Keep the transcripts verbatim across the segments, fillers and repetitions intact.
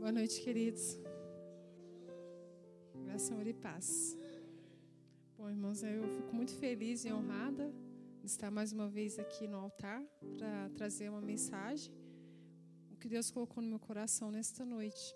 Boa noite, queridos. Graça, amor e paz. Bom, irmãos, eu fico muito feliz e honrada de estar mais uma vez aqui no altar para trazer uma mensagem, o que Deus colocou no meu coração nesta noite.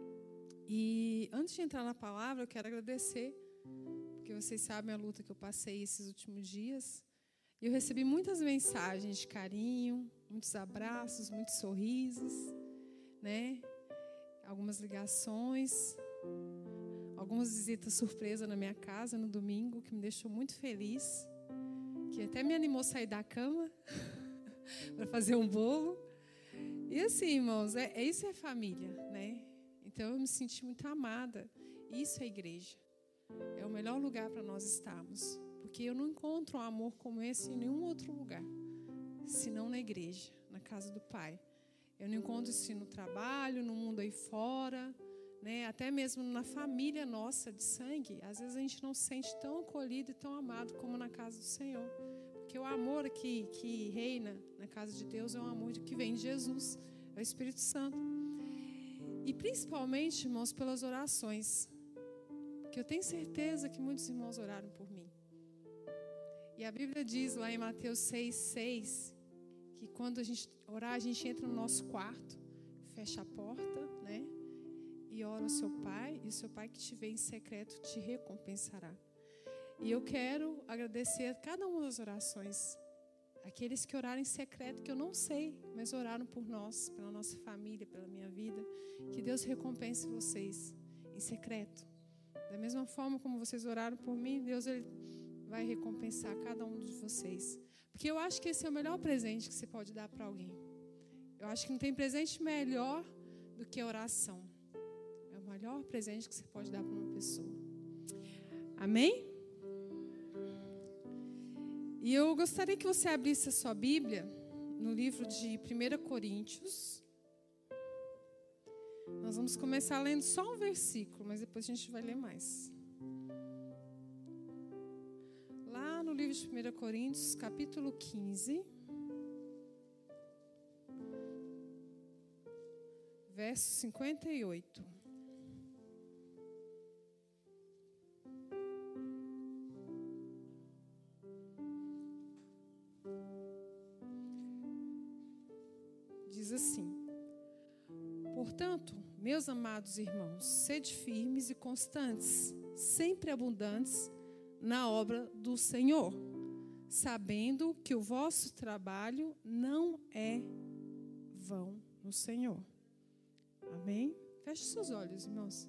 E antes de entrar na palavra, eu quero agradecer, porque vocês sabem a luta que eu passei esses últimos dias. E eu recebi muitas mensagens de carinho, muitos abraços, muitos sorrisos, né? Algumas ligações, algumas visitas surpresa na minha casa no domingo, que me deixou muito feliz, que até me animou a sair da cama para fazer um bolo. E assim, irmãos, é, é isso é família, né? Então eu me senti muito amada. Isso é igreja. É o melhor lugar para nós estarmos, porque eu não encontro um amor como esse em nenhum outro lugar, senão na igreja, na casa do Pai. Eu não encontro isso no trabalho, no mundo aí fora, né? Até mesmo na família nossa de sangue. Às vezes a gente não se sente tão acolhido e tão amado como na casa do Senhor. Porque o amor que, que reina na casa de Deus é um amor que vem de Jesus, é o Espírito Santo. E principalmente, irmãos, pelas orações, que eu tenho certeza que muitos irmãos oraram por mim. E a Bíblia diz lá em Mateus seis, seis, que quando a gente orar, a gente entra no nosso quarto, fecha a porta, né? E ora ao seu Pai, e o seu Pai que te vê em secreto te recompensará. E eu quero agradecer a cada uma das orações. Aqueles que oraram em secreto, que eu não sei, mas oraram por nós, pela nossa família, pela minha vida. Que Deus recompense vocês em secreto. Da mesma forma como vocês oraram por mim, Deus ele vai recompensar cada um de vocês. Porque eu acho que esse é o melhor presente que você pode dar para alguém. Eu acho que não tem presente melhor do que a oração. É o melhor presente que você pode dar para uma pessoa. Amém? E eu gostaria que você abrisse a sua Bíblia no livro de primeira Coríntios. Nós vamos começar lendo só um versículo, mas depois a gente vai ler mais. Lá no livro de primeira Coríntios, capítulo quinze, verso cinquenta e oito. Diz assim: portanto, meus amados irmãos, sede firmes e constantes, sempre abundantes na obra do Senhor, sabendo que o vosso trabalho não é vão no Senhor. Amém? Feche seus olhos, irmãos.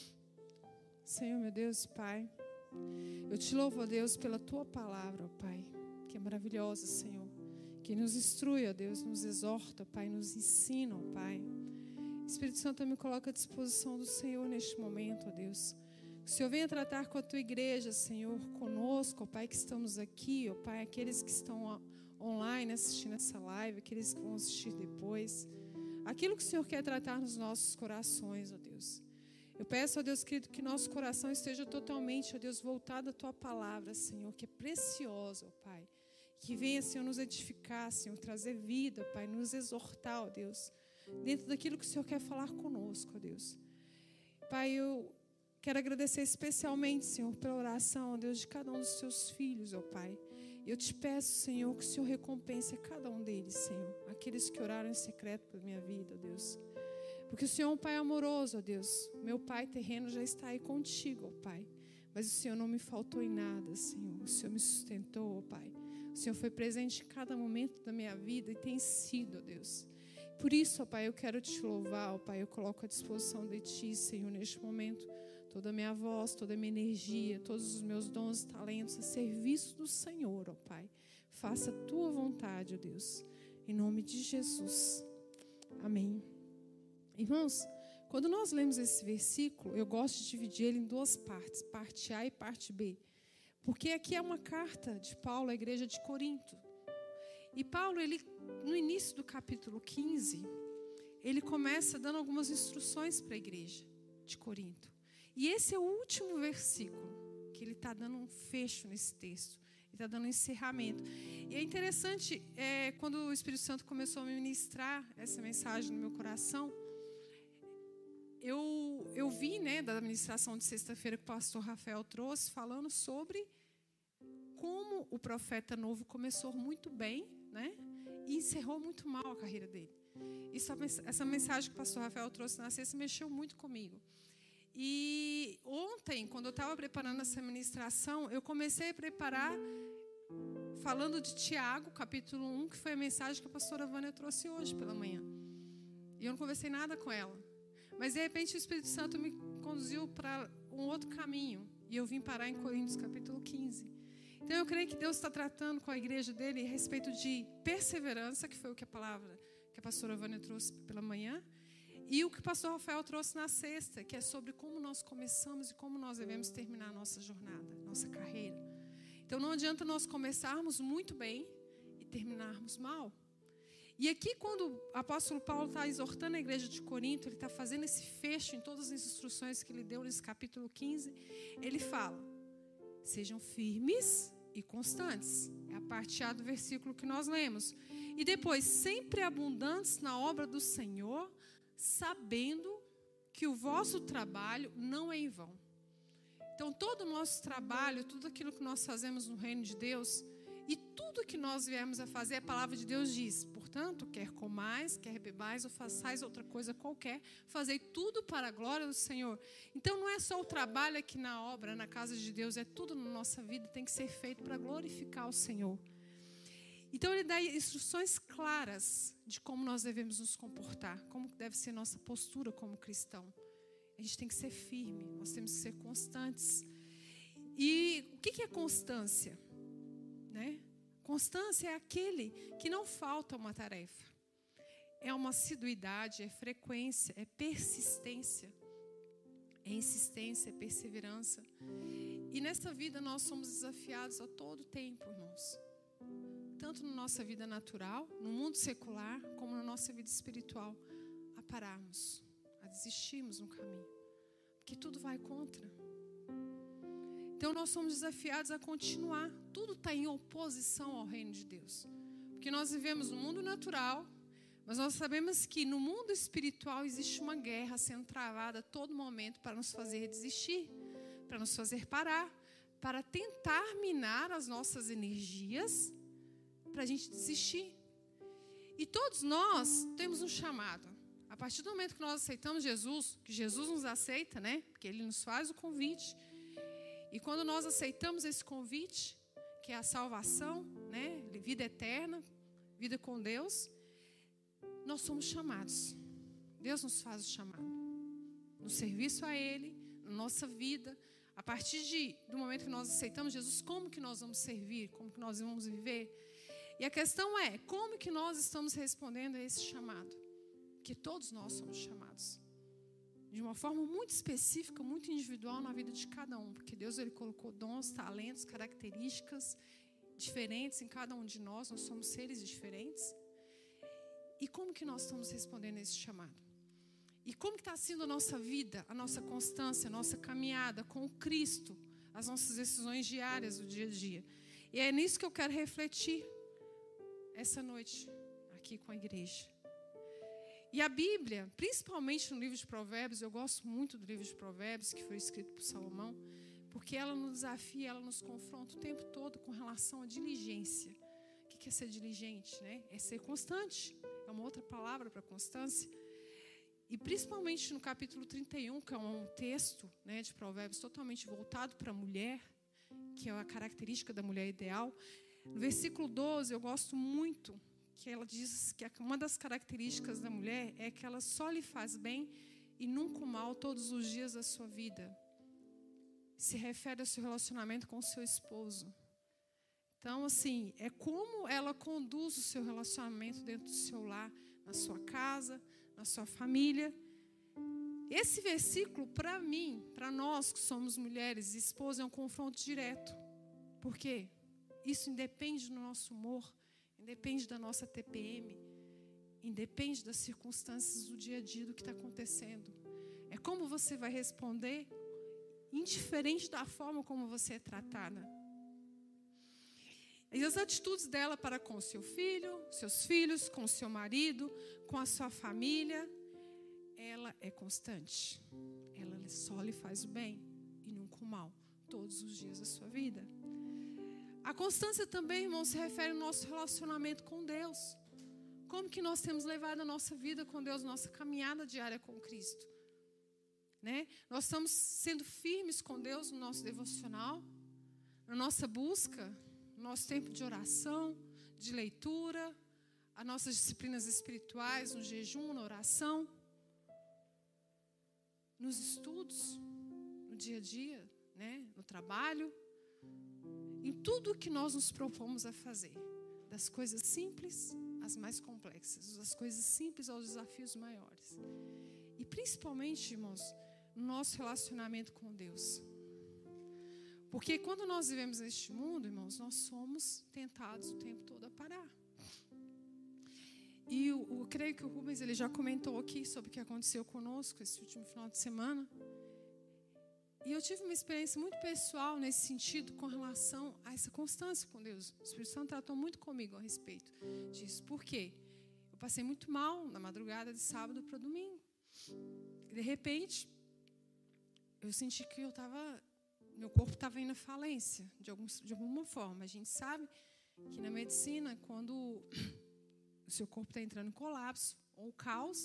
Senhor, meu Deus e Pai, eu te louvo, ó Deus, pela Tua palavra, ó Pai, que é maravilhosa, Senhor, que nos instrui, ó Deus, nos exorta, ó Pai, nos ensina, ó Pai. Espírito Santo, eu me coloco à disposição do Senhor neste momento, ó Deus. Que o Senhor venha tratar com a Tua igreja, Senhor, conosco, ó Pai, que estamos aqui, ó Pai, aqueles que estão online assistindo essa live, aqueles que vão assistir depois. Aquilo que o Senhor quer tratar nos nossos corações, ó Deus. Eu peço, ó Deus querido, que nosso coração esteja totalmente, ó Deus, voltado à Tua palavra, Senhor, que é preciosa, ó Pai. Que venha, Senhor, nos edificar, Senhor, trazer vida, ó Pai, nos exortar, ó Deus, dentro daquilo que o Senhor quer falar conosco, ó Deus. Pai, eu quero agradecer especialmente, Senhor, pela oração, ó Deus, de cada um dos Teus filhos, ó Pai. E eu te peço, Senhor, que o Senhor recompense a cada um deles, Senhor. Aqueles que oraram em secreto pela minha vida, ó Deus. Porque o Senhor é um Pai amoroso, ó Deus. Meu Pai terreno já está aí contigo, ó Pai. Mas o Senhor não me faltou em nada, Senhor. O Senhor me sustentou, ó Pai. O Senhor foi presente em cada momento da minha vida e tem sido, ó Deus. Por isso, ó Pai, eu quero te louvar, ó Pai. Eu coloco à disposição de Ti, Senhor, neste momento, toda a minha voz, toda a minha energia, todos os meus dons e talentos a serviço do Senhor, ó Pai. Faça a Tua vontade, ó Deus. Em nome de Jesus. Amém. Irmãos, quando nós lemos esse versículo, eu gosto de dividir ele em duas partes, parte A e parte B. Porque aqui é uma carta de Paulo à igreja de Corinto. E Paulo, ele, no início do capítulo quinze, ele começa dando algumas instruções para a igreja de Corinto. E esse é o último versículo, que ele está dando um fecho nesse texto. Ele está dando um encerramento. E é interessante, é, quando o Espírito Santo começou a ministrar essa mensagem no meu coração, eu vi, né, da administração de sexta-feira que o pastor Rafael trouxe, falando sobre como o profeta novo começou muito bem, né, e encerrou muito mal a carreira dele. Isso, essa mensagem que o pastor Rafael trouxe na sexta mexeu muito comigo. E ontem, quando eu estava preparando essa ministração, eu comecei a preparar falando de Tiago, capítulo um, que foi a mensagem que a pastora Vânia trouxe hoje pela manhã. E eu não conversei nada com ela. Mas, de repente, o Espírito Santo me conduziu para um outro caminho. E eu vim parar em Coríntios, capítulo quinze. Então, eu creio que Deus está tratando com a igreja dele a respeito de perseverança, que foi o que a palavra que a pastora Vânia trouxe pela manhã, e o que o pastor Rafael trouxe na sexta, que é sobre como nós começamos e como nós devemos terminar a nossa jornada, nossa carreira. Então, não adianta nós começarmos muito bem e terminarmos mal. E aqui, quando o apóstolo Paulo está exortando a igreja de Corinto, ele está fazendo esse fecho em todas as instruções que ele deu nesse capítulo quinze, ele fala, sejam firmes e constantes. É a parte A do versículo que nós lemos. E depois, sempre abundantes na obra do Senhor, sabendo que o vosso trabalho não é em vão. Então, todo o nosso trabalho, tudo aquilo que nós fazemos no reino de Deus, e tudo que nós viemos a fazer, a palavra de Deus diz, portanto, quer comais, quer bebais ou façais outra coisa qualquer, fazei tudo para a glória do Senhor. Então, não é só o trabalho aqui na obra, na casa de Deus, é tudo na nossa vida, tem que ser feito para glorificar o Senhor. Então, ele dá instruções claras de como nós devemos nos comportar, como deve ser nossa postura como cristão. A gente tem que ser firme, nós temos que ser constantes. E o que é constância? Né? Constância é aquele que não falta uma tarefa. É uma assiduidade, é frequência, é persistência, é insistência, é perseverança. E nessa vida nós somos desafiados a todo tempo, irmãos. Tanto na nossa vida natural, no mundo secular, como na nossa vida espiritual, a pararmos, a desistirmos no caminho. Porque tudo vai contra. Então nós somos desafiados a continuar. Tudo está em oposição ao reino de Deus. Porque nós vivemos no mundo natural, mas nós sabemos que no mundo espiritual existe uma guerra sendo travada a todo momento para nos fazer desistir, para nos fazer parar, para tentar minar as nossas energias, para a gente desistir. E todos nós temos um chamado. A partir do momento que nós aceitamos Jesus, que Jesus nos aceita, né? Porque Ele nos faz o convite. E quando nós aceitamos esse convite, que é a salvação, né? Vida eterna, vida com Deus, nós somos chamados. Deus nos faz o chamado. No serviço a Ele, na nossa vida. A partir de, do momento que nós aceitamos Jesus, como que nós vamos servir? Como que nós vamos viver? E a questão é, como que nós estamos respondendo a esse chamado? Porque todos nós somos chamados. De uma forma muito específica, muito individual na vida de cada um. Porque Deus ele colocou dons, talentos, características diferentes em cada um de nós. Nós somos seres diferentes. E como que nós estamos respondendo a esse chamado? E como que está sendo a nossa vida, a nossa constância, a nossa caminhada com o Cristo, as nossas decisões diárias do dia a dia? E é nisso que eu quero refletir essa noite aqui com a igreja. E a Bíblia, principalmente no livro de Provérbios, eu gosto muito do livro de Provérbios, que foi escrito por Salomão, porque ela nos desafia, ela nos confronta o tempo todo com relação à diligência. O que é ser diligente, né? É ser constante. É uma outra palavra para constância. E principalmente no capítulo trinta e um, que é um texto, né, de Provérbios totalmente voltado para a mulher, que é a característica da mulher ideal. No versículo doze, eu gosto muito, que ela diz que uma das características da mulher é que ela só lhe faz bem e nunca o mal todos os dias da sua vida. Se refere ao seu relacionamento com o seu esposo. Então, assim, é como ela conduz o seu relacionamento dentro do seu lar, na sua casa, na sua família. Esse versículo, para mim, para nós que somos mulheres e esposas, é um confronto direto. Por quê? Isso independe do nosso humor, independe da nossa T P M, independe das circunstâncias do dia a dia, do que está acontecendo. É como você vai responder, indiferente da forma como você é tratada. E as atitudes dela para com o seu filho, seus filhos, com o seu marido, com a sua família, ela é constante. Ela só lhe faz o bem e nunca o mal, todos os dias da sua vida. A constância também, irmão, se refere ao nosso relacionamento com Deus. Como que nós temos levado a nossa vida com Deus, nossa caminhada diária com Cristo. Né? Nós estamos sendo firmes com Deus no nosso devocional, na nossa busca, no nosso tempo de oração, de leitura, as nossas disciplinas espirituais, no jejum, na oração, nos estudos, no dia a dia, né? No trabalho, em tudo o que nós nos propomos a fazer, das coisas simples às mais complexas, das coisas simples aos desafios maiores. E principalmente, irmãos, no nosso relacionamento com Deus. Porque quando nós vivemos neste mundo, irmãos, nós somos tentados o tempo todo a parar. E eu, eu creio que o Rubens ele já comentou aqui sobre o que aconteceu conosco esse último final de semana. E eu tive uma experiência muito pessoal nesse sentido com relação a essa constância com Deus. O Espírito Santo tratou muito comigo a respeito disso. Por quê? Eu passei muito mal na madrugada de sábado para domingo. E de repente, eu senti que eu estava, meu corpo estava indo à falência, de, algum, de alguma forma. A gente sabe que na medicina, quando o seu corpo está entrando em colapso ou caos,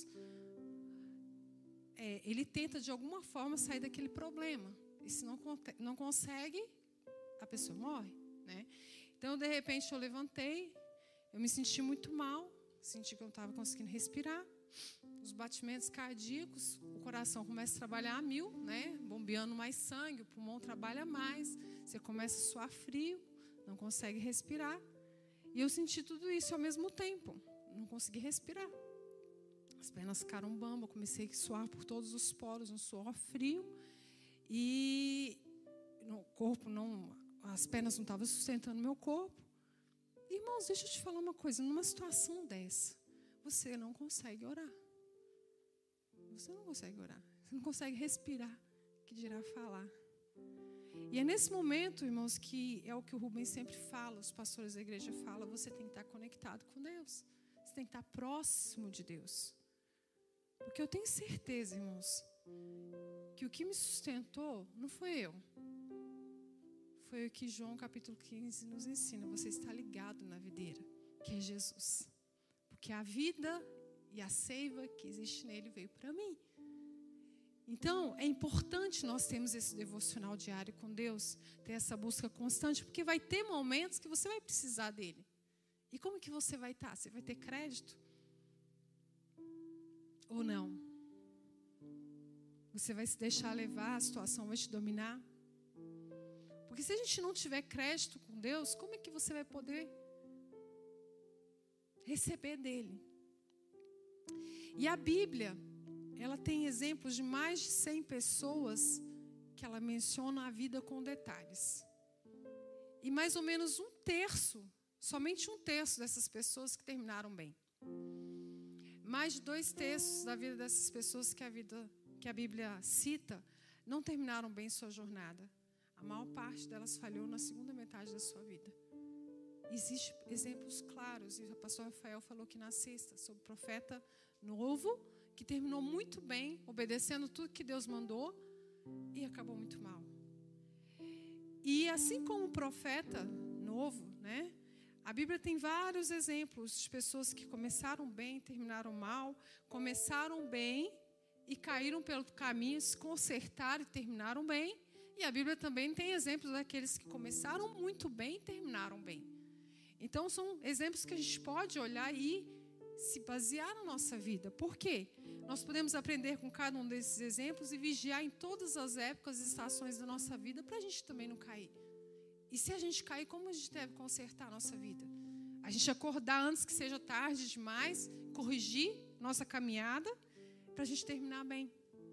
é, ele tenta de alguma forma sair daquele problema. E se não, não consegue, a pessoa morre. Né? Então, de repente, eu levantei, eu me senti muito mal, senti que eu não estava conseguindo respirar. Os batimentos cardíacos, o coração começa a trabalhar a mil, né? Bombeando mais sangue, o pulmão trabalha mais, você começa a suar frio, não consegue respirar. E eu senti tudo isso ao mesmo tempo, não consegui respirar. As pernas ficaram bamba, comecei a suar por todos os poros, um suor frio. E o corpo não, as pernas não estavam sustentando meu corpo. Irmãos, deixa eu te falar uma coisa, numa situação dessa, você não consegue orar. Você não consegue orar. Você não consegue respirar, que dirá falar. E é nesse momento, irmãos, que é o que o Rubens sempre fala, os pastores da igreja falam, você tem que estar conectado com Deus. Você tem que estar próximo de Deus. Porque eu tenho certeza, irmãos, que o que me sustentou não foi eu. Foi o que João capítulo quinze nos ensina. Você está ligado na videira, que é Jesus. Porque a vida e a seiva que existe nele veio para mim. Então, é importante nós termos esse devocional diário com Deus, ter essa busca constante, porque vai ter momentos que você vai precisar dele. E como que você vai estar? Você vai ter crédito? Ou não? Você vai se deixar levar, a situação vai te dominar? Porque se a gente não tiver crédito com Deus, como é que você vai poder receber dele? E a Bíblia, ela tem exemplos de mais de cem pessoas que ela menciona a vida com detalhes. E mais ou menos um terço, somente um terço dessas pessoas que terminaram bem. Mais de dois terços da vida dessas pessoas que a, vida, que a Bíblia cita não terminaram bem sua jornada. A maior parte delas falhou na segunda metade da sua vida. Existem exemplos claros, e o pastor Rafael falou que na sexta, sobre o profeta novo, que terminou muito bem, obedecendo tudo que Deus mandou, e acabou muito mal. E assim como o profeta novo, né, a Bíblia tem vários exemplos de pessoas que começaram bem, terminaram mal, começaram bem e caíram pelo caminho, se consertaram e terminaram bem. E a Bíblia também tem exemplos daqueles que começaram muito bem e terminaram bem. Então, são exemplos que a gente pode olhar e se basear na nossa vida. Por quê? Nós podemos aprender com cada um desses exemplos e vigiar em todas as épocas e estações da nossa vida para a gente também não cair. E se a gente cair, como a gente deve consertar a nossa vida? A gente acordar antes que seja tarde demais, corrigir nossa caminhada para a gente terminar bem.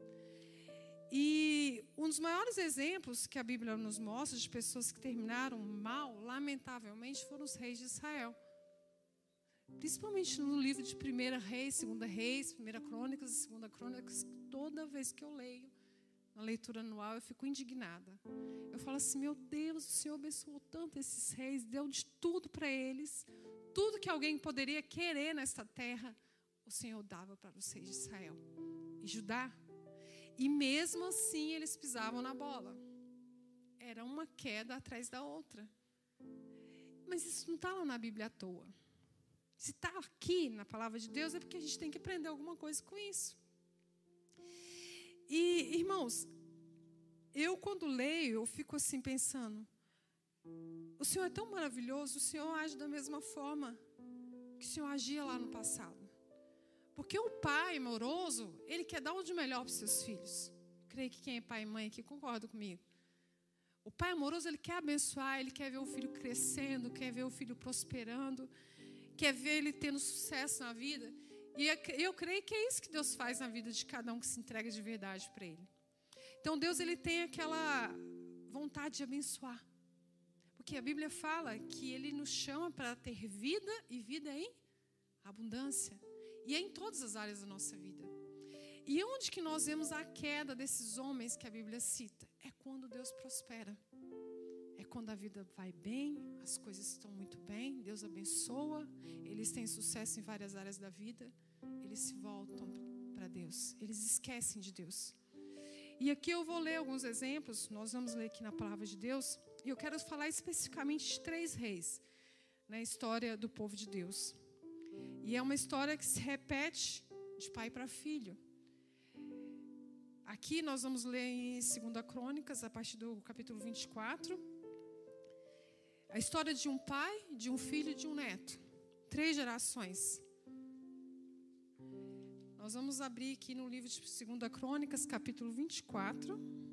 E um dos maiores exemplos que a Bíblia nos mostra de pessoas que terminaram mal, lamentavelmente, foram os reis de Israel. Principalmente no livro de Primeira Reis, Segunda Reis, Primeira Crônicas e Segunda Crônicas, toda vez que eu leio, na leitura anual, eu fico indignada. Eu falo assim, meu Deus, o Senhor abençoou tanto esses reis, deu de tudo para eles, tudo que alguém poderia querer nesta terra, o Senhor dava para os reis de Israel e Judá. E mesmo mesmo assim eles pisavam na bola. Era uma queda atrás da outra. Mas isso não está lá na Bíblia à toa. Se está aqui na palavra de Deus, é porque a gente tem que aprender alguma coisa com isso. E, irmãos, eu quando leio, eu fico assim pensando, o Senhor é tão maravilhoso, o Senhor age da mesma forma que o Senhor agia lá no passado. Porque o pai amoroso, ele quer dar o de melhor para os seus filhos. Creio que quem é pai e mãe aqui concorda comigo. O pai amoroso, ele quer abençoar, ele quer ver o filho crescendo, quer ver o filho prosperando, quer ver ele tendo sucesso na vida. E eu creio que é isso que Deus faz na vida de cada um que se entrega de verdade para Ele. Então Deus, ele tem aquela vontade de abençoar. Porque a Bíblia fala que Ele nos chama para ter vida e vida em abundância. E é em todas as áreas da nossa vida. E onde que nós vemos a queda desses homens que a Bíblia cita? É quando Deus prospera. É quando a vida vai bem, as coisas estão muito bem, Deus abençoa, eles têm sucesso em várias áreas da vida, eles se voltam para Deus, eles esquecem de Deus. E aqui eu vou ler alguns exemplos, nós vamos ler aqui na palavra de Deus, e eu quero falar especificamente de três reis na história do povo de Deus. E é uma história que se repete de pai para filho. Aqui nós vamos ler em segunda Crônicas, a partir do capítulo vinte e quatro. A história de um pai, de um filho e de um neto. Três gerações. Nós vamos abrir aqui no livro de segunda Crônicas, capítulo vinte e quatro.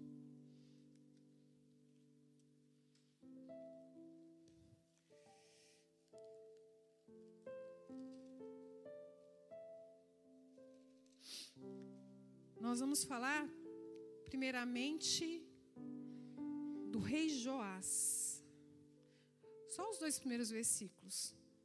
Nós vamos falar, primeiramente, do rei Joás. Só os dois primeiros versículos.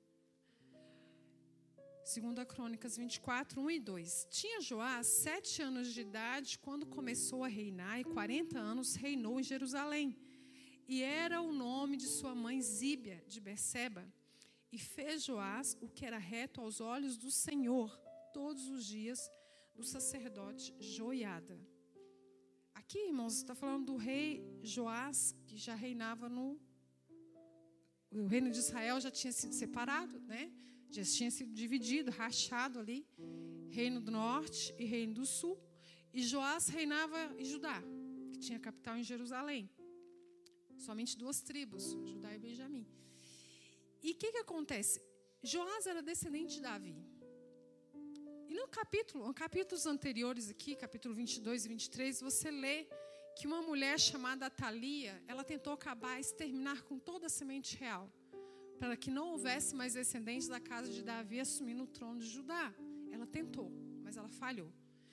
Segunda Crônicas vinte e quatro, um e dois. Tinha Joás sete anos de idade quando começou a reinar e quarenta anos reinou em Jerusalém. E era o nome de sua mãe Zíbia, de Berseba. E fez Joás o que era reto aos olhos do Senhor todos os dias do sacerdote Joiada. Aqui, irmãos, está falando do rei Joás, que já reinava no... O reino de Israel já tinha sido separado, né? Já tinha sido dividido, rachado ali. Reino do norte e reino do sul. E Joás reinava em Judá, que tinha capital em Jerusalém. Somente duas tribos, Judá e Benjamim. E o que, que acontece? Joás era descendente de Davi. E no capítulo, em capítulos anteriores aqui, capítulo vinte e dois e vinte e três, você lê que uma mulher chamada Atalia, ela tentou acabar, exterminar com toda a semente real, para que não houvesse mais descendentes da casa de Davi assumindo o trono de Judá. Ela tentou, mas ela falhou.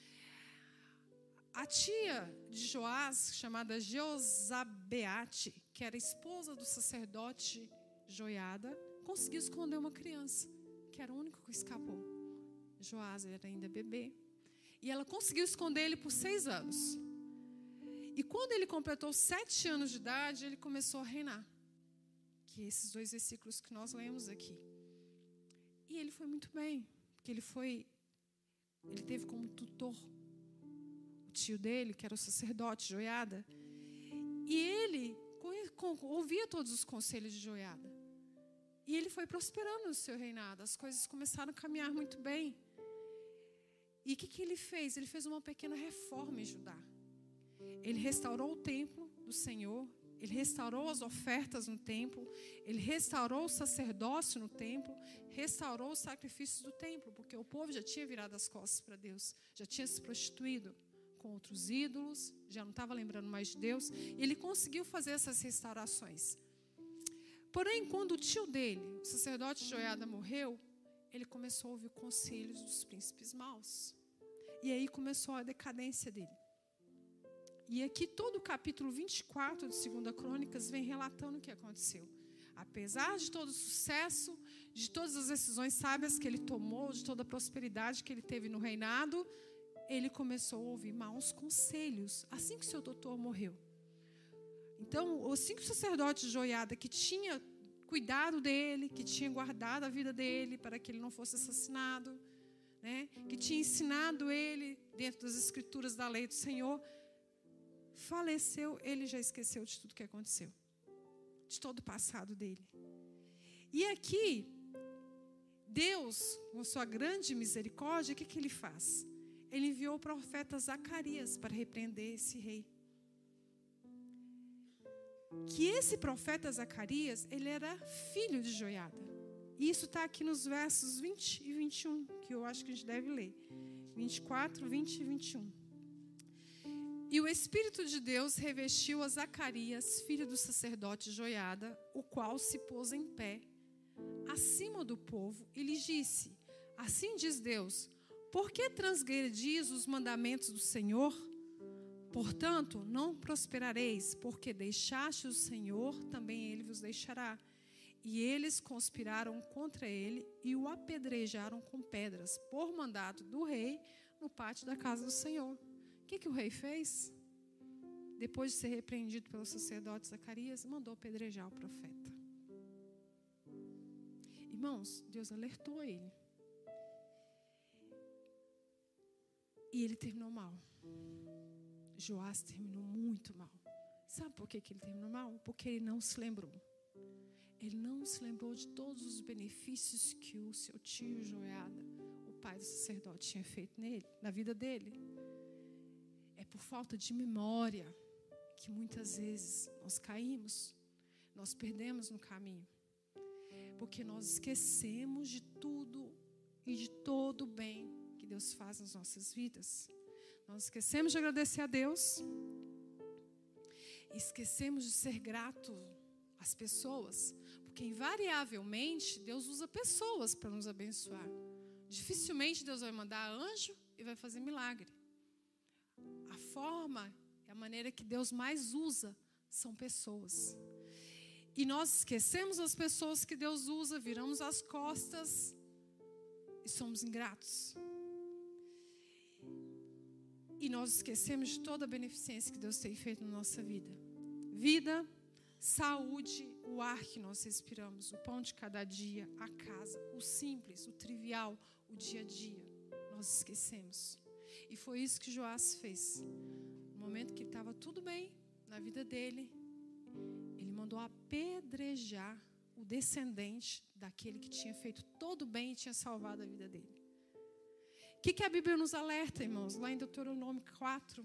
A tia de Joás, chamada Jeozabeate, que era esposa do sacerdote Joiada, conseguiu esconder uma criança, que era o único que escapou. Joás era ainda bebê. E ela conseguiu esconder ele por seis anos. E quando ele completou sete anos de idade, ele começou a reinar. Que esses dois versículos que nós lemos aqui. E ele foi muito bem, porque ele foi, ele teve como tutor o tio dele, que era o sacerdote Joiada. E ele ouvia todos os conselhos de Joiada. E ele foi prosperando no seu reinado. As coisas começaram a caminhar muito bem. E o que, que ele fez? Ele fez uma pequena reforma em Judá. Ele restaurou o templo do Senhor. Ele restaurou as ofertas no templo. Ele restaurou o sacerdócio no templo. Restaurou os sacrifícios do templo. Porque o povo já tinha virado as costas para Deus. Já tinha se prostituído com outros ídolos. Já não estava lembrando mais de Deus. E ele conseguiu fazer essas restaurações. Porém, quando o tio dele, o sacerdote Joiada, morreu, ele começou a ouvir conselhos dos príncipes maus. E aí começou a decadência dele. E aqui todo o capítulo vinte e quatro de segunda Crônicas vem relatando o que aconteceu. Apesar de todo o sucesso, de todas as decisões sábias que ele tomou, de toda a prosperidade que ele teve no reinado, ele começou a ouvir maus conselhos, assim que seu doutor morreu. Então, os cinco sacerdotes de Joiada que tinha cuidado dele, que tinha guardado a vida dele para que ele não fosse assassinado, né, que tinha ensinado ele dentro das escrituras da lei do Senhor, faleceu, ele já esqueceu de tudo que aconteceu, de todo o passado dele. E aqui, Deus, com sua grande misericórdia, o que, que ele faz? Ele enviou o profeta Zacarias para repreender esse rei. Que esse profeta Zacarias, ele era filho de Joiada. E isso está aqui nos versos vinte e vinte e um, que eu acho que a gente deve ler. vinte e quatro, vinte e vinte e um. E o Espírito de Deus revestiu a Zacarias, filho do sacerdote Joiada, o qual se pôs em pé, acima do povo, e lhe disse: assim diz Deus, por que transgredis os mandamentos do Senhor? Portanto, não prosperareis, porque deixaste o Senhor, também ele vos deixará. E eles conspiraram contra ele e o apedrejaram com pedras, por mandato do rei, no pátio da casa do Senhor. O que, que o rei fez? Depois de ser repreendido pelo sacerdote Zacarias, mandou apedrejar o profeta. Irmãos, Deus alertou ele. E ele terminou mal. Joás terminou muito mal. Sabe por que, que ele terminou mal? Porque ele não se lembrou. Ele não se lembrou de todos os benefícios que o seu tio Joiada, o pai do sacerdote, tinha feito nele, na vida dele. É por falta de memória que muitas vezes nós caímos, nós perdemos no caminho. Porque nós esquecemos de tudo e de todo o bem que Deus faz nas nossas vidas. Nós esquecemos de agradecer a Deus. Esquecemos de ser grato às pessoas. Porque invariavelmente Deus usa pessoas para nos abençoar. Dificilmente Deus vai mandar anjo e vai fazer milagre. A forma e a maneira que Deus mais usa são pessoas. E nós esquecemos as pessoas que Deus usa, viramos as costas e somos ingratos. E nós esquecemos de toda a beneficência que Deus tem feito na nossa vida. Vida, saúde, o ar que nós respiramos, o pão de cada dia, a casa, o simples, o trivial, o dia a dia. Nós esquecemos. E foi isso que Joás fez. No momento que estava tudo bem na vida dele, ele mandou apedrejar o descendente daquele que tinha feito todo o bem e tinha salvado a vida dele. O que, que a Bíblia nos alerta, irmãos? Lá em Deuteronômio quatro,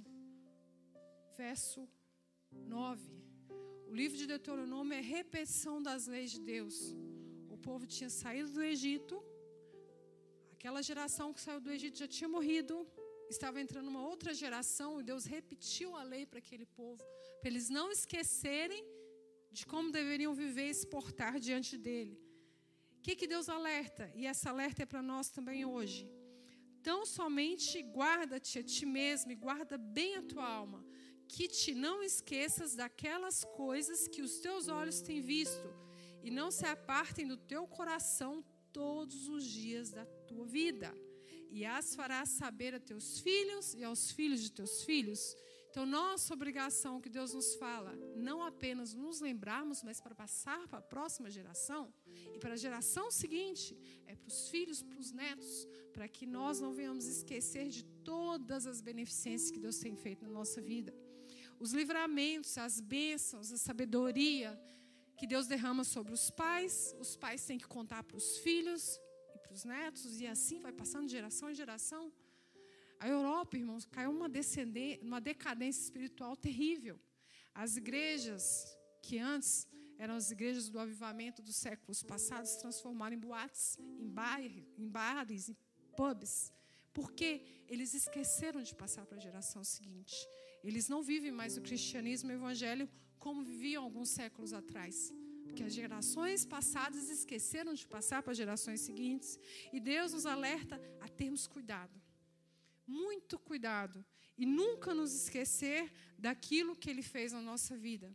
verso nove. O livro de Deuteronômio é repetição das leis de Deus. O povo tinha saído do Egito. Aquela geração que saiu do Egito já tinha morrido. Estava entrando uma outra geração e Deus repetiu a lei para aquele povo, para eles não esquecerem de como deveriam viver e se portar diante dele. O que, que Deus alerta? E essa alerta é para nós também hoje. Então somente guarda-te a ti mesmo e guarda bem a tua alma, que te não esqueças daquelas coisas que os teus olhos têm visto e não se apartem do teu coração todos os dias da tua vida. E as farás saber a teus filhos e aos filhos de teus filhos. Então, nossa obrigação que Deus nos fala, não apenas nos lembrarmos, mas para passar para a próxima geração e para a geração seguinte, é para os filhos, para os netos, para que nós não venhamos esquecer de todas as beneficências que Deus tem feito na nossa vida. Os livramentos, as bênçãos, a sabedoria que Deus derrama sobre os pais, os pais têm que contar para os filhos e para os netos, e assim vai passando de geração em geração. A Europa, irmãos, caiu uma, uma decadência espiritual terrível. As igrejas que antes eram as igrejas do avivamento dos séculos passados se transformaram em boates, em, bar, em bares, em pubs. Porque eles esqueceram de passar para a geração seguinte. Eles não vivem mais o cristianismo e o evangelho como viviam alguns séculos atrás. Porque as gerações passadas esqueceram de passar para as gerações seguintes. E Deus nos alerta a termos cuidado. Muito cuidado. E nunca nos esquecer daquilo que Ele fez na nossa vida.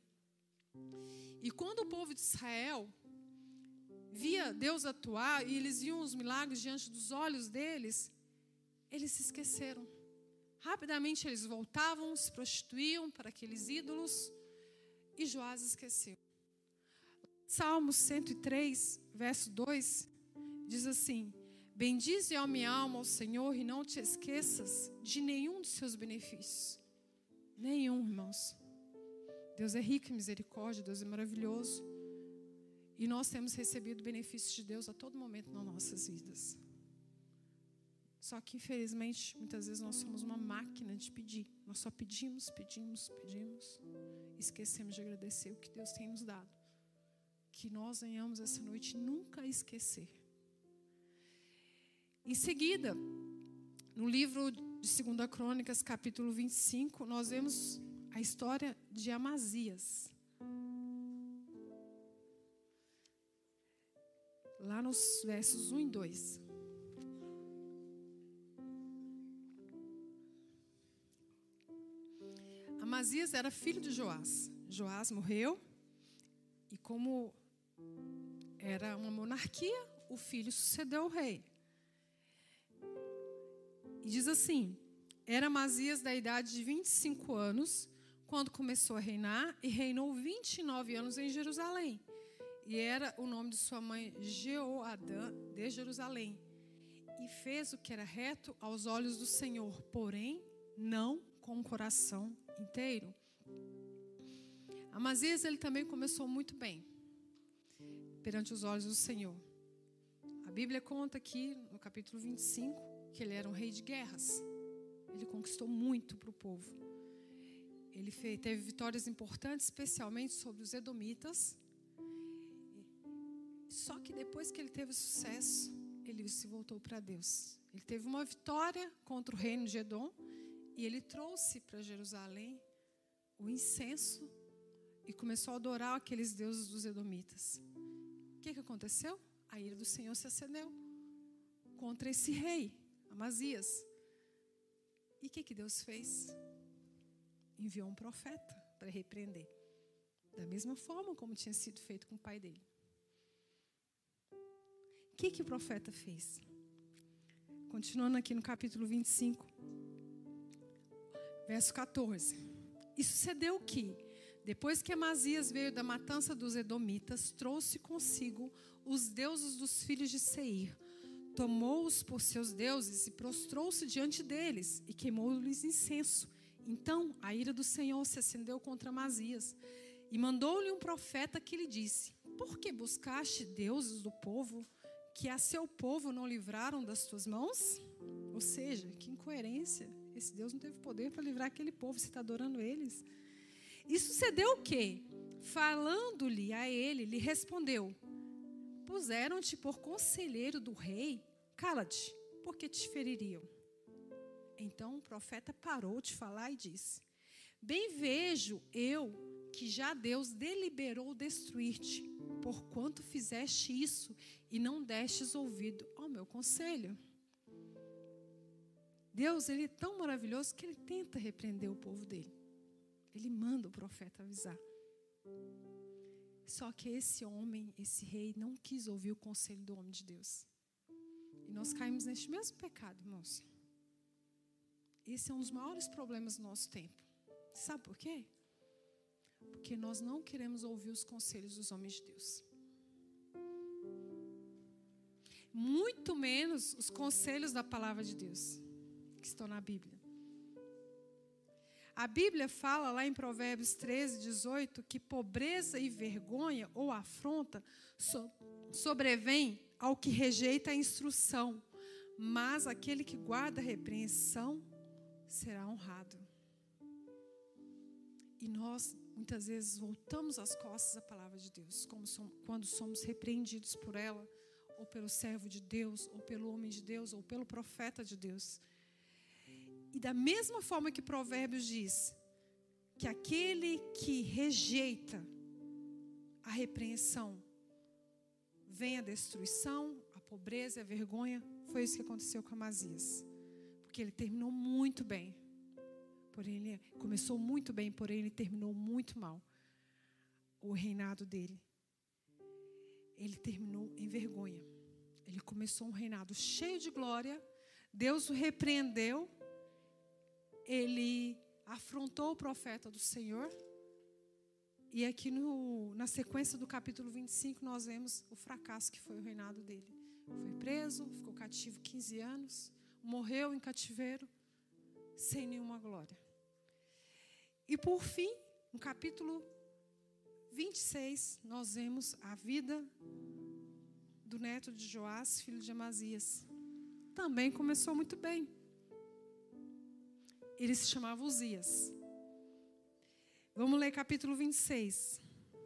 E quando o povo de Israel via Deus atuar e eles viam os milagres diante dos olhos deles, eles se esqueceram. Rapidamente eles voltavam, se prostituíam para aqueles ídolos e Joás esqueceu. Salmo cento e três, verso dois, diz assim: bendize a minha alma ao Senhor e não te esqueças de nenhum dos seus benefícios. Nenhum, irmãos. Deus é rico em misericórdia, Deus é maravilhoso. E nós temos recebido benefícios de Deus a todo momento nas nossas vidas. Só que, infelizmente, muitas vezes nós somos uma máquina de pedir. Nós só pedimos, pedimos, pedimos. Esquecemos de agradecer o que Deus tem nos dado. Que nós venhamos essa noite nunca esquecer. Em seguida, no livro de segunda Crônicas, capítulo vinte e cinco, nós vemos a história de Amazias. Lá nos versos um e dois. Amazias era filho de Joás. Joás morreu e, como era uma monarquia, o filho sucedeu ao rei. E diz assim: era Amazias da idade de vinte e cinco anos quando começou a reinar, e reinou vinte e nove anos em Jerusalém. E era o nome de sua mãe Jeoadã de Jerusalém. E fez o que era reto aos olhos do Senhor, porém não com o coração inteiro. Amazias, ele também começou muito bem perante os olhos do Senhor. A Bíblia conta aqui no capítulo vinte e cinco que ele era um rei de guerras. Ele conquistou muito para o povo. Ele fez, teve vitórias importantes, especialmente sobre os edomitas. Só que depois que ele teve sucesso, ele se voltou para Deus. Ele teve uma vitória contra o reino de Edom e ele trouxe para Jerusalém o incenso e começou a adorar aqueles deuses dos edomitas. O que, que aconteceu? A ira do Senhor se acendeu contra esse rei, Amazias. E o que, que Deus fez? Enviou um profeta para repreender. Da mesma forma como tinha sido feito com o pai dele. O que, que o profeta fez? Continuando aqui no capítulo vinte e cinco, verso quatorze. E sucedeu que, depois que Amazias veio da matança dos edomitas, trouxe consigo os deuses dos filhos de Seir, tomou-os por seus deuses e prostrou-se diante deles e queimou-lhes incenso. Então a ira do Senhor se acendeu contra Amazias e mandou-lhe um profeta que lhe disse: por que buscaste deuses do povo, que a seu povo não livraram das tuas mãos? Ou seja, que incoerência. Esse Deus não teve poder para livrar aquele povo, você está adorando eles. E sucedeu o quê? Falando-lhe a ele, lhe respondeu: puseram-te por conselheiro do rei? Cala-te, porque te feririam. Então o profeta parou de falar e disse: bem vejo eu que já Deus deliberou destruir-te, porquanto fizeste isso e não destes ouvido ao meu conselho. Deus, ele é tão maravilhoso que ele tenta repreender o povo dele. Ele manda o profeta avisar. Só que esse homem, esse rei, não quis ouvir o conselho do homem de Deus. E nós caímos neste mesmo pecado, irmãos. Esse é um dos maiores problemas do nosso tempo. Sabe por quê? Porque nós não queremos ouvir os conselhos dos homens de Deus. Muito menos os conselhos da palavra de Deus, que estão na Bíblia. A Bíblia fala lá em Provérbios treze, dezoito, que pobreza e vergonha ou afronta so, sobrevém ao que rejeita a instrução, mas aquele que guarda a repreensão será honrado. E nós, muitas vezes, voltamos as costas à palavra de Deus, como som, quando somos repreendidos por ela, ou pelo servo de Deus, ou pelo homem de Deus, ou pelo profeta de Deus. E da mesma forma que Provérbios diz que aquele que rejeita a repreensão vem a destruição, a pobreza e a vergonha, foi isso que aconteceu com Amazias. Porque ele terminou muito bem. Porém, ele começou muito bem, porém ele terminou muito mal o reinado dele. Ele terminou em vergonha. Ele começou um reinado cheio de glória. Deus o repreendeu. Ele afrontou o profeta do Senhor. E aqui no, na sequência do capítulo vinte e cinco, nós vemos o fracasso que foi o reinado dele. Foi preso, ficou cativo quinze anos, morreu em cativeiro, sem nenhuma glória. E por fim, no capítulo vinte e seis, nós vemos a vida do neto de Joás, filho de Amazias. Também começou muito bem. Ele se chamava Uzias. Vamos ler capítulo vinte e seis.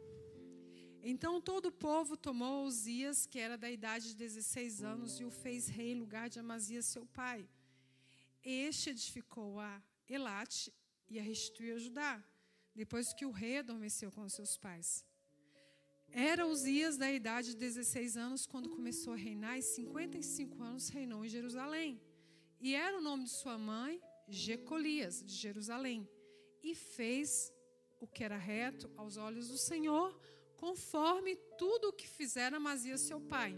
Então todo o povo tomou Uzias, que era da idade de dezesseis anos, e o fez rei em lugar de Amazias, seu pai. Este edificou a Elate e a restituiu a Judá, depois que o rei adormeceu com os seus pais. Era Uzias da idade de dezesseis anos quando começou a reinar, e cinquenta e cinco anos reinou em Jerusalém. E era o nome de sua mãe, Jecolias, de Jerusalém. E fez o que era reto aos olhos do Senhor, conforme tudo o que fizera Amazias, seu pai.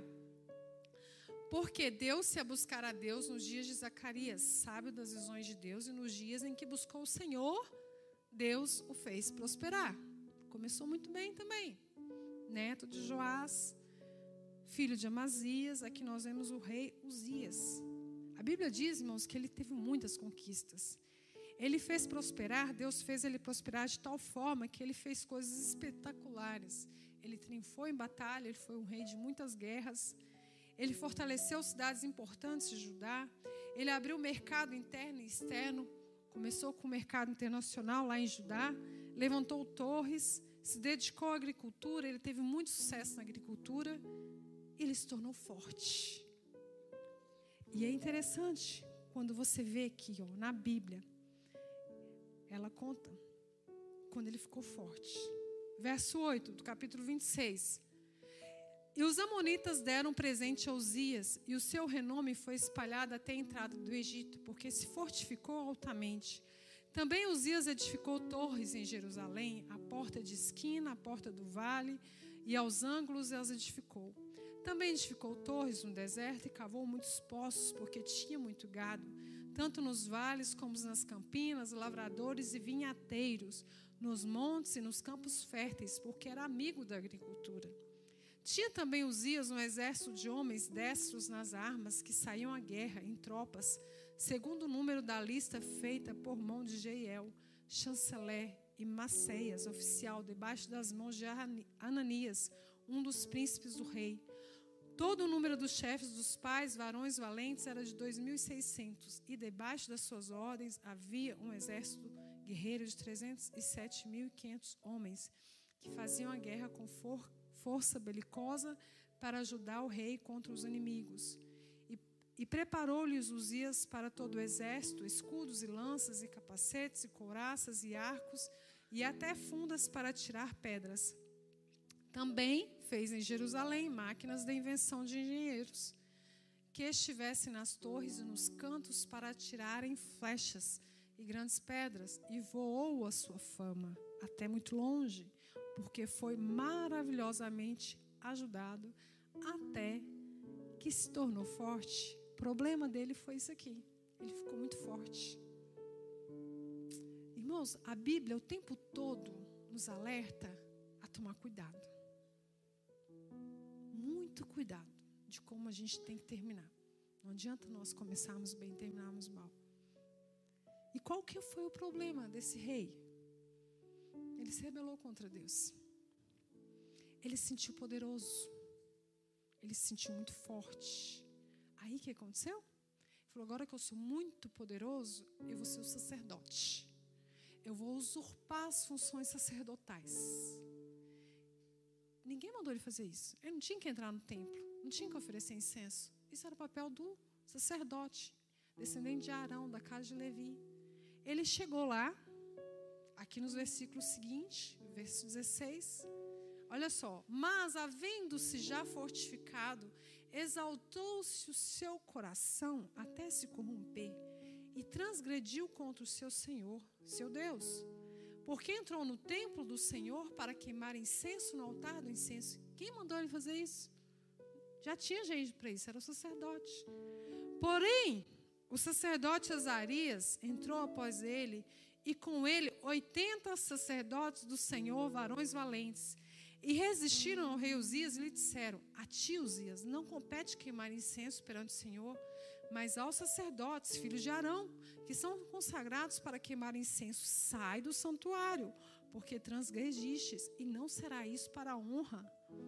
Porque deu-se a buscar a Deus nos dias de Zacarias, sábio das visões de Deus, e nos dias em que buscou o Senhor, Deus o fez prosperar. Começou muito bem também. Neto de Joás, filho de Amazias. Aqui nós vemos o rei Uzias. A Bíblia diz, irmãos, que ele teve muitas conquistas. Ele fez prosperar, Deus fez ele prosperar de tal forma que ele fez coisas espetaculares. Ele triunfou em batalha, ele foi um rei de muitas guerras. Ele fortaleceu cidades importantes de Judá. Ele abriu o mercado interno e externo. Começou com o mercado internacional lá em Judá. Levantou torres, se dedicou à agricultura. Ele teve muito sucesso na agricultura. Ele se tornou forte. E é interessante, quando você vê aqui, ó, na Bíblia, ela conta quando ele ficou forte. Verso oito do capítulo vinte e seis. E os amonitas deram presente a Uzias, e o seu renome foi espalhado até a entrada do Egito, porque se fortificou altamente. Também Uzias edificou torres em Jerusalém, a porta de esquina, a porta do vale, e aos ângulos as edificou. Também edificou torres no deserto e cavou muitos poços, porque tinha muito gado, tanto nos vales como nas campinas, lavradores e vinhateiros, nos montes e nos campos férteis, porque era amigo da agricultura. Tinha também Uzias um exército de homens destros nas armas, que saíam à guerra em tropas, segundo o número da lista feita por mão de Jeiel, chanceler, e Maceias, oficial, debaixo das mãos de Ananias, um dos príncipes do rei. Todo o número dos chefes dos pais, varões valentes, era de dois mil e seiscentos, e debaixo das suas ordens havia um exército guerreiro de trezentos e sete mil e quinhentos homens, que faziam a guerra com força, força belicosa para ajudar o rei contra os inimigos. E, e preparou-lhes Uzias para todo o exército, escudos e lanças e capacetes e couraças e arcos e até fundas para tirar pedras. Também fez em Jerusalém máquinas de invenção de engenheiros, que estivessem nas torres e nos cantos para atirarem flechas e grandes pedras, e voou a sua fama até muito longe, porque foi maravilhosamente ajudado até que se tornou forte. O problema dele foi isso aqui. Ele ficou muito forte. Irmãos, a Bíblia o tempo todo nos alerta a tomar cuidado. Muito cuidado de como a gente tem que terminar. Não adianta nós começarmos bem e terminarmos mal. E qual que foi o problema desse rei? Ele se rebelou contra Deus. Ele se sentiu poderoso. Ele se sentiu muito forte. Aí o que aconteceu? Ele falou, agora que eu sou muito poderoso, eu vou ser o sacerdote. Eu vou usurpar as funções sacerdotais. Ninguém mandou ele fazer isso. Ele não tinha que entrar no templo. Não tinha que oferecer incenso. Isso era o papel do sacerdote, descendente de Arão, da casa de Levi. Ele chegou lá, aqui nos versículos seguintes, verso dezesseis, olha só. Mas, havendo-se já fortificado, exaltou-se o seu coração até se corromper e transgrediu contra o seu Senhor, seu Deus. Porque entrou no templo do Senhor para queimar incenso no altar do incenso. Quem mandou ele fazer isso? Já tinha gente para isso, era o sacerdote. Porém, o sacerdote Azarias entrou após ele, e com ele oitenta sacerdotes do Senhor, varões valentes, e resistiram ao rei Uzias e lhe disseram, a ti, Uzias, não compete queimar incenso perante o Senhor, mas aos sacerdotes, filhos de Arão, que são consagrados para queimar incenso, sai do santuário, porque transgredistes, e não será isso para a honra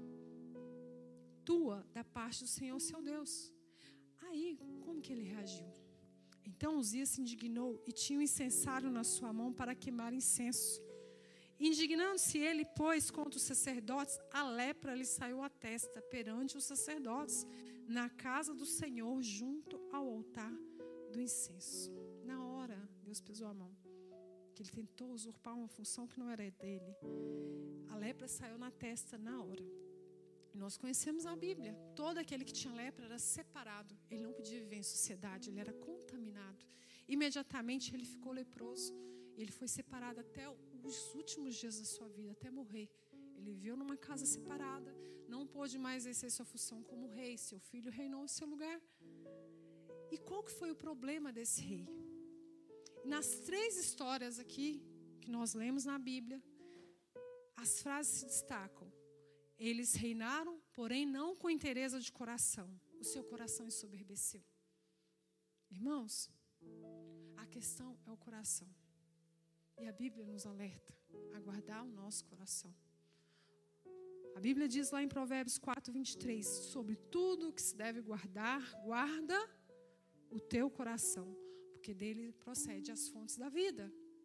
tua da parte do Senhor seu Deus. Aí, como que ele reagiu? Então Uzias se indignou e tinha um incensário na sua mão para queimar incenso. Indignando-se ele, pois, contra os sacerdotes, a lepra lhe saiu à testa perante os sacerdotes, na casa do Senhor, junto ao altar do incenso. Na hora, Deus pesou a mão, que ele tentou usurpar uma função que não era dele. A lepra saiu na testa na hora. Nós conhecemos a Bíblia. Todo aquele que tinha lepra era separado. Ele não podia viver em sociedade, ele era contaminado. Imediatamente ele ficou leproso. Ele foi separado até os últimos dias da sua vida, até morrer. Ele viveu numa casa separada, não pôde mais exercer sua função como rei. Seu filho reinou em seu lugar. E qual que foi o problema desse rei? Nas três histórias aqui que nós lemos na Bíblia, as frases se destacam. Eles reinaram, porém não com inteireza de coração. O seu coração ensoberbeceu. Irmãos, a questão é o coração. E a Bíblia nos alerta a guardar o nosso coração. A Bíblia diz lá em Provérbios quatro, vinte e três, sobre tudo que se deve guardar, guarda o teu coração, porque dele procede as fontes da vida.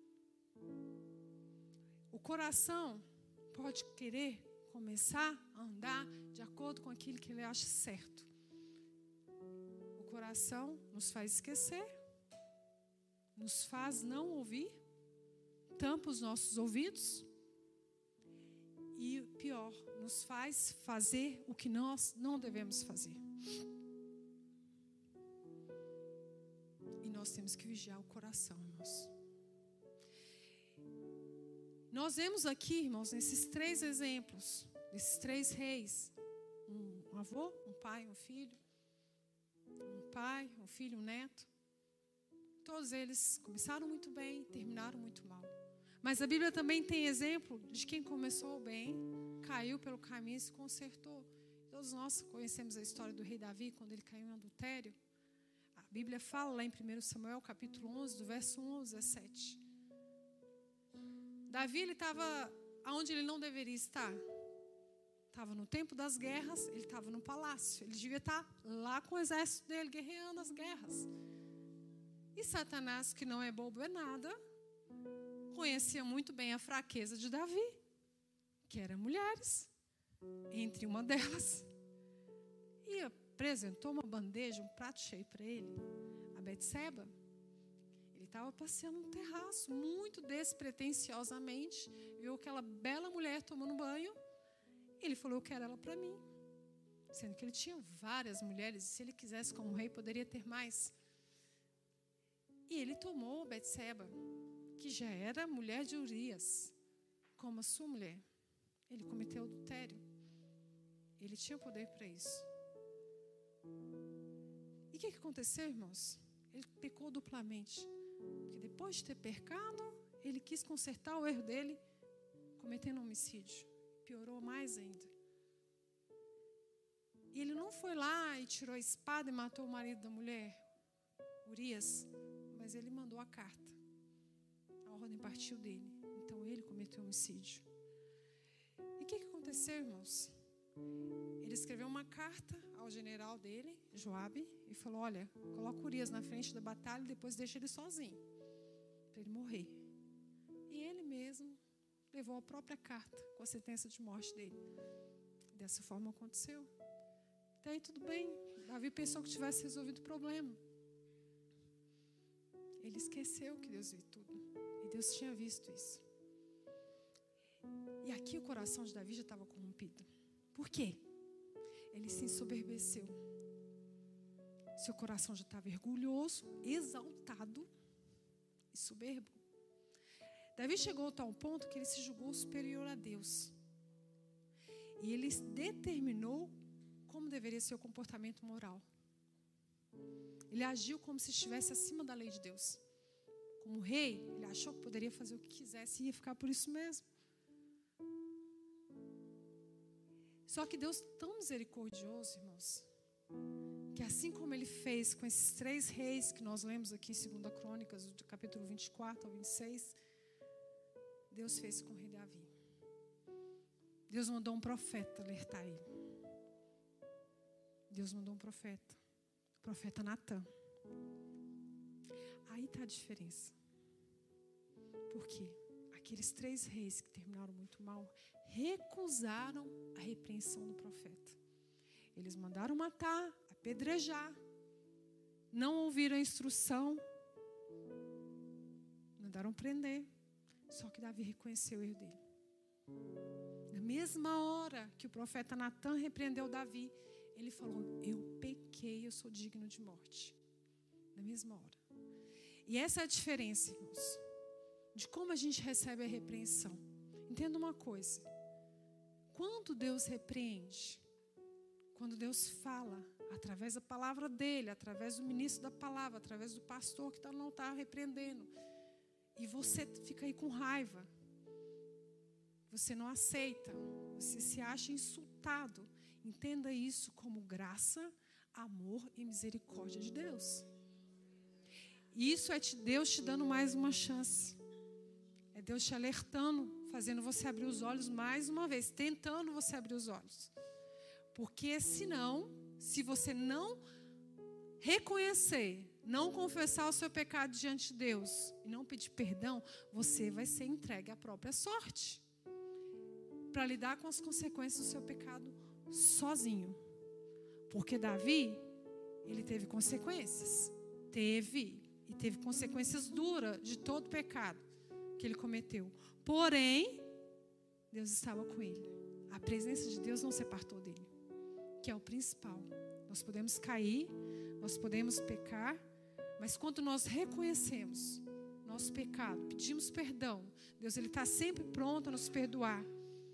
O coração pode querer começar a andar de acordo com aquilo que ele acha certo. O coração nos faz esquecer, nos faz não ouvir, tampa os nossos ouvidos e, pior, nos faz fazer o que nós não devemos fazer. E nós temos que vigiar o coração, irmãos. Nós vemos aqui, irmãos, nesses três exemplos, desses três reis, um avô, um pai, um filho, um pai, um filho, um neto. Todos eles começaram muito bem, terminaram muito mal. Mas a Bíblia também tem exemplo de quem começou bem, caiu pelo caminho e se consertou. Todos nós conhecemos a história do rei Davi, quando ele caiu em adultério. A Bíblia fala lá em primeiro Samuel, capítulo onze, do verso um ao dezessete. Davi, ele estava onde ele não deveria estar. Estava no tempo das guerras, ele estava no palácio. Ele devia estar lá com o exército dele, guerreando as guerras. E Satanás, que não é bobo é nada, conhecia muito bem a fraqueza de Davi, que eram mulheres, entre uma delas. E apresentou uma bandeja, um prato cheio para ele, a Betseba. Ele estava passeando no terraço, muito despretensiosamente, viu aquela bela mulher tomando banho. Ele falou, eu quero ela para mim. Sendo que ele tinha várias mulheres, e se ele quisesse como rei, poderia ter mais. E ele tomou Betseba, que já era mulher de Urias, como a sua mulher. Ele cometeu adultério. Ele tinha poder para isso. E o que, que aconteceu, irmãos? Ele pecou duplamente. Porque depois de ter pecado, ele quis consertar o erro dele, cometendo homicídio. Piorou mais ainda. E ele não foi lá e tirou a espada e matou o marido da mulher, Urias, mas ele mandou a carta. A ordem partiu dele. Então ele cometeu homicídio. E o que, que aconteceu, irmãos? Ele escreveu uma carta ao general dele, Joabe, e falou, olha, coloca Urias na frente da batalha e depois deixa ele sozinho, para ele morrer. E ele mesmo levou a própria carta com a sentença de morte dele. Dessa forma aconteceu. Até aí tudo bem. Davi pensou que tivesse resolvido o problema. Ele esqueceu que Deus viu tudo. E Deus tinha visto isso. E aqui o coração de Davi já estava corrompido. Por quê? Ele se ensoberbeceu. Seu coração já estava orgulhoso, exaltado e soberbo. Davi chegou a tal ponto que ele se julgou superior a Deus. E ele determinou como deveria ser o comportamento moral. Ele agiu como se estivesse acima da lei de Deus. Como rei, ele achou que poderia fazer o que quisesse e ia ficar por isso mesmo. Só que Deus é tão misericordioso, irmãos, que assim como ele fez com esses três reis que nós lemos aqui em segunda Crônicas, do capítulo vinte e quatro ao vinte e seis, Deus fez com o rei Davi. Deus mandou um profeta alertar ele. Deus mandou um profeta. O profeta Natan. Aí está a diferença. Por quê? Aqueles três reis que terminaram muito mal recusaram a repreensão do profeta. Eles mandaram matar, apedrejar. Não ouviram a instrução. Mandaram prender. Só que Davi reconheceu o erro dele. Na mesma hora que o profeta Natan repreendeu Davi, ele falou: eu pequei, eu sou digno de morte. Na mesma hora. E essa é a diferença, irmãos, de como a gente recebe a repreensão. Entenda uma coisa. Quando Deus repreende, quando Deus fala, através da palavra dele, através do ministro da palavra, através do pastor que não está repreendendo, e você fica aí com raiva, você não aceita, você se acha insultado, entenda isso como graça, amor e misericórdia de Deus. Isso é Deus te dando mais uma chance. É Deus te alertando, fazendo você abrir os olhos mais uma vez, tentando você abrir os olhos. Porque senão, se você não reconhecer, não confessar o seu pecado diante de Deus e não pedir perdão, você vai ser entregue à própria sorte para lidar com as consequências do seu pecado sozinho. Porque Davi, ele teve consequências. Teve. E teve consequências duras de todo o pecado que ele cometeu. Porém, Deus estava com ele. A presença de Deus não se apartou dele, que é o principal. Nós podemos cair, nós podemos pecar, mas quando nós reconhecemos nosso pecado, pedimos perdão, Deus ele está sempre pronto a nos perdoar.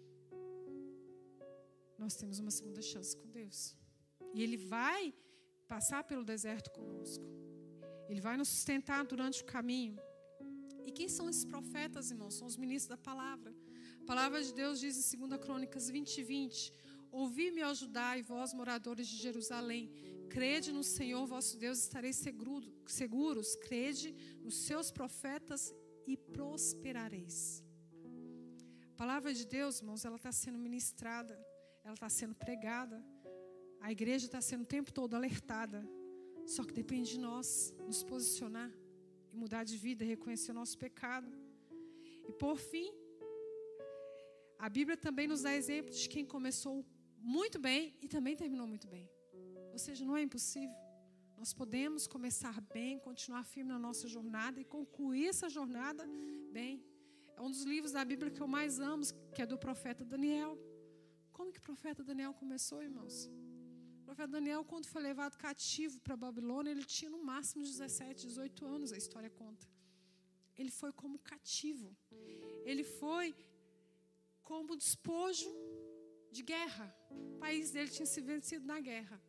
Nós temos uma segunda chance com Deus. E Ele vai passar pelo deserto conosco. Ele vai nos sustentar durante o caminho. E quem são esses profetas, irmãos? São os ministros da palavra. A palavra de Deus diz em segunda Crônicas vinte, vinte: ouvi-me, ó Judá, e vós, moradores de Jerusalém, crede no Senhor vosso Deus, estareis seguro, seguros. Crede nos seus profetas e prosperareis. A palavra de Deus, irmãos, ela está sendo ministrada, ela está sendo pregada. A igreja está sendo o tempo todo alertada. Só que depende de nós nos posicionar e mudar de vida, reconhecer o nosso pecado. E por fim, a Bíblia também nos dá exemplo de quem começou muito bem e também terminou muito bem. Ou seja, não é impossível. Nós podemos começar bem, continuar firme na nossa jornada e concluir essa jornada bem. É um dos livros da Bíblia que eu mais amo, que é do profeta Daniel. Como que o profeta Daniel começou, irmãos? O profeta Daniel, quando foi levado cativo para a Babilônia, ele tinha no máximo dezessete, dezoito anos, a história conta. Ele foi como cativo. Ele foi como despojo de guerra. O país dele tinha se vencido na guerra.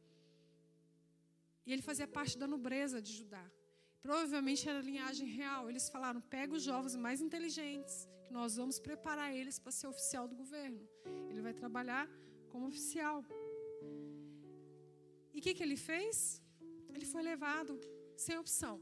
E ele fazia parte da nobreza de Judá. Provavelmente era linhagem real. Eles falaram: pega os jovens mais inteligentes, que nós vamos preparar eles para ser oficial do governo. Ele vai trabalhar como oficial. E o que, que ele fez? Ele foi levado sem opção.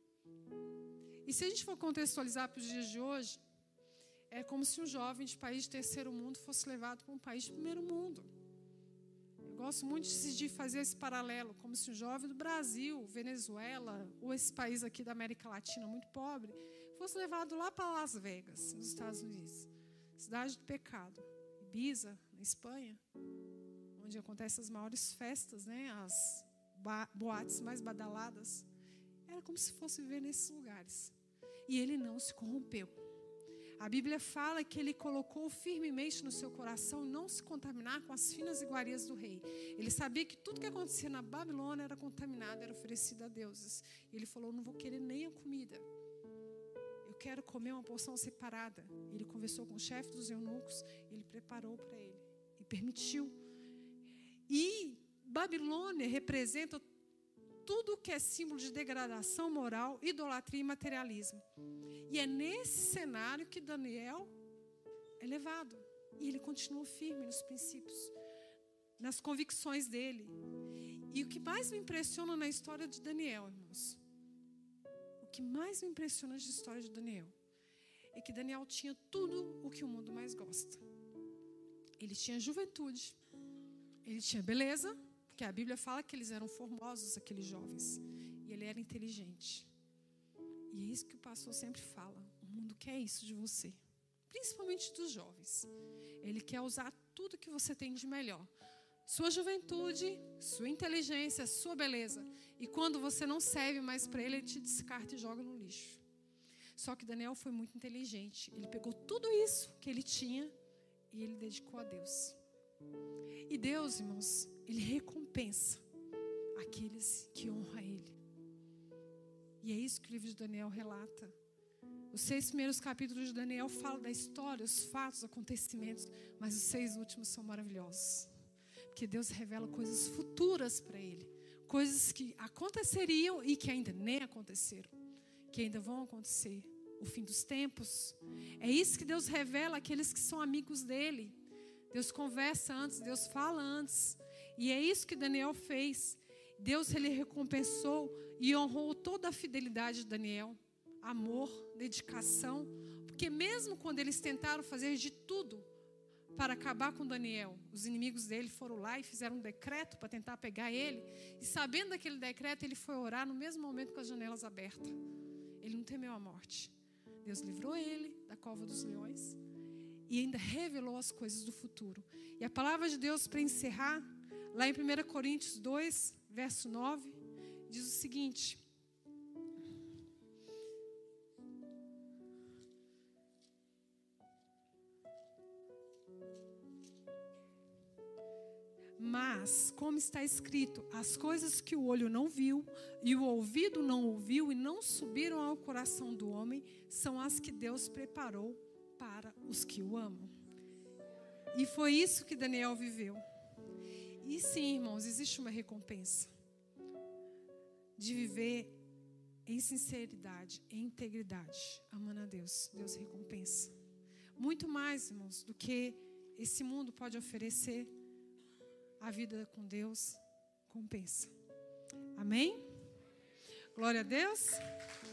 E se a gente for contextualizar para os dias de hoje, é como se um jovem de país de terceiro mundo fosse levado para um país de primeiro mundo. Eu gosto muito de fazer esse paralelo, como se um jovem do Brasil, Venezuela, ou esse país aqui da América Latina muito pobre, fosse levado lá para Las Vegas, nos Estados Unidos, cidade do pecado. Ibiza, na Espanha, onde acontecem as maiores festas, né, as boates mais badaladas. Era como se fosse viver nesses lugares. E ele não se corrompeu. A Bíblia fala que ele colocou firmemente no seu coração não se contaminar com as finas iguarias do rei. Ele sabia que tudo que acontecia na Babilônia era contaminado, era oferecido a deuses. E ele falou: não vou querer nem a comida. Eu quero comer uma porção separada. Ele conversou com o chefe dos eunucos, ele preparou para ele e permitiu. E Babilônia representa tudo que é símbolo de degradação moral, idolatria e materialismo. E é nesse cenário que Daniel é levado. E ele continua firme nos princípios, nas convicções dele. E o que mais me impressiona na história de Daniel, irmãos, o que mais me impressiona na história de Daniel, é que Daniel tinha tudo o que o mundo mais gosta. Ele tinha juventude, ele tinha beleza, porque a Bíblia fala que eles eram formosos, aqueles jovens, e ele era inteligente. E é isso que o pastor sempre fala, o mundo quer isso de você, principalmente dos jovens. Ele quer usar tudo que você tem de melhor, sua juventude, sua inteligência, sua beleza. E quando você não serve mais para ele, ele te descarta e joga no lixo. Só que Daniel foi muito inteligente. Ele pegou tudo isso que ele tinha e ele dedicou a Deus. E Deus, irmãos, ele recompensa aqueles que honram ele. E é isso que o livro de Daniel relata. Os seis primeiros capítulos de Daniel falam da história, os fatos, os acontecimentos, mas os seis últimos são maravilhosos. Porque Deus revela coisas futuras para ele. Coisas que aconteceriam e que ainda nem aconteceram. Que ainda vão acontecer. O fim dos tempos. É isso que Deus revela àqueles que são amigos dele. Deus conversa antes, Deus fala antes. E é isso que Daniel fez. Deus ele recompensou e honrou toda a fidelidade de Daniel. Amor, dedicação. Porque mesmo quando eles tentaram fazer de tudo para acabar com Daniel, os inimigos dele foram lá e fizeram um decreto para tentar pegar ele. E sabendo daquele decreto, ele foi orar no mesmo momento com as janelas abertas. Ele não temeu a morte. Deus livrou ele da cova dos leões e ainda revelou as coisas do futuro. E a palavra de Deus, para encerrar, lá em primeira Coríntios dois, verso nove, diz o seguinte: mas, como está escrito, as coisas que o olho não viu e o ouvido não ouviu e não subiram ao coração do homem, são as que Deus preparou para os que o amam. E foi isso que Daniel viveu. E sim, irmãos, existe uma recompensa de viver em sinceridade, em integridade, amando a Deus. Deus recompensa. Muito mais, irmãos, do que esse mundo pode oferecer. A vida com Deus compensa. Amém? Glória a Deus.